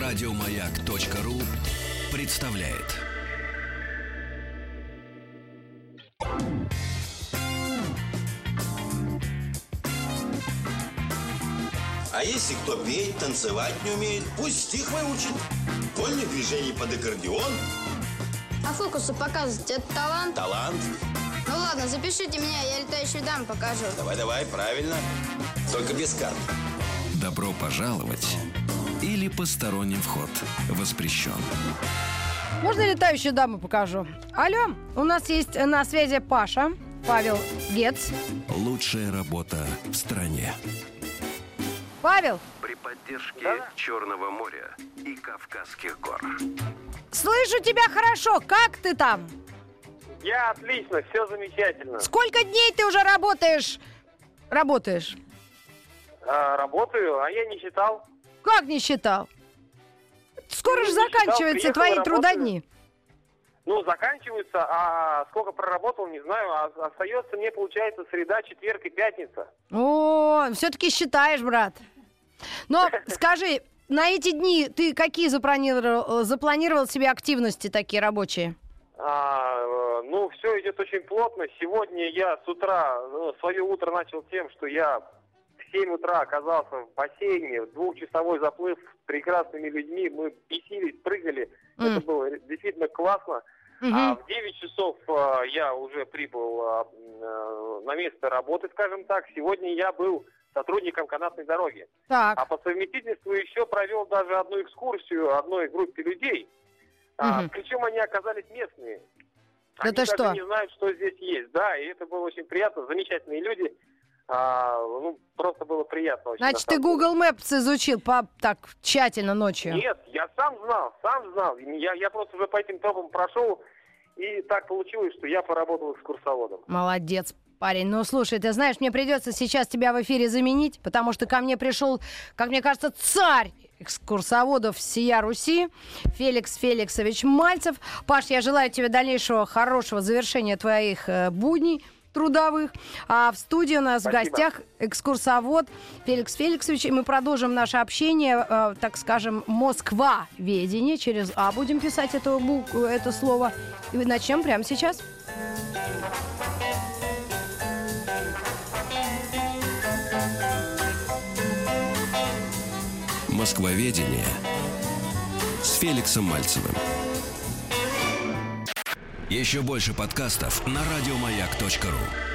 Радиомаяк.ру представляет. А если кто петь, танцевать не умеет, пусть стих выучит. Вольных движений под аккордеон. А фокусы показывать – это талант? Талант. Ну ладно, запишите меня, я летающую даму покажу. Давай, правильно. Только без карт. Добро пожаловать или посторонним вход воспрещен. Можно летающую даму покажу? Алло, у нас есть на связи Паша, Павел Гец. Лучшая работа в стране. Павел, При поддержке Черного моря и Кавказских гор. слышу тебя хорошо. Как ты там? Я отлично, все замечательно. Сколько дней ты уже работаешь? Работаешь? Работаю, а я не считал. Как не считал? Скоро же Не считал, заканчиваются приехал, твои работаю. трудодни. Ну, заканчиваются, а сколько проработал, не знаю. Остается мне, получается, среда, четверг и пятница. О, все-таки считаешь, брат. Но скажи, на эти дни ты какие запланировал себе активности такие рабочие? Ну, все идет очень плотно. Сегодня я с утра, свое утро начал тем, что я в 7 утра оказался в бассейне, 2-часовой заплыв с прекрасными людьми. Мы бесились, прыгали. Это было действительно классно. А в 9 часов я уже прибыл на место работы, скажем так. Сегодня я был сотрудником канатной дороги. Так. А по совместительству еще провел даже одну экскурсию одной группе людей. Причем они оказались местные. Да Они ты даже что? не знают, что здесь есть. Да, и это было очень приятно. Замечательные люди. Просто было приятно очень. Значит, ты Google Maps изучил так тщательно ночью? Нет, я сам знал. Я просто уже по этим тропам прошел, и так получилось, что я поработал экскурсоводом. Молодец, парень. Ну, слушай, ты знаешь, мне придется сейчас тебя в эфире заменить, потому что ко мне пришел, как мне кажется, царь экскурсоводов всея Руси, Феликс Феликсович Мальцев. Паш, я желаю тебе дальнейшего хорошего завершения твоих будней трудовых. А в студии у нас Спасибо. в гостях экскурсовод Феликс Феликсович. И мы продолжим наше общение, так скажем, Москва-ведение. Через А будем писать это слово. И начнем прямо сейчас. Москвоведение с Феликсом Мальцевым. Еще больше подкастов на радиомаяк.ру.